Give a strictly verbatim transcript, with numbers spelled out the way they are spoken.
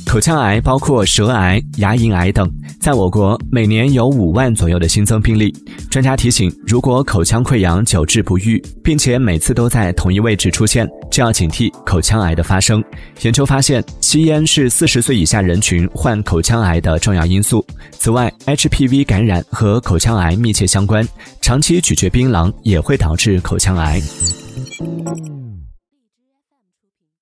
口腔癌包括舌癌、牙龈癌等，在我国每年有五万左右的新增病例。专家提醒，如果口腔溃疡久治不愈，并且每次都在同一位置出现，就要警惕口腔癌的发生。研究发现，吸烟是四十岁以下人群患口腔癌的重要因素。此外 ，H P V 感染和口腔癌密切相关，长期咀嚼槟榔也会导致口腔癌。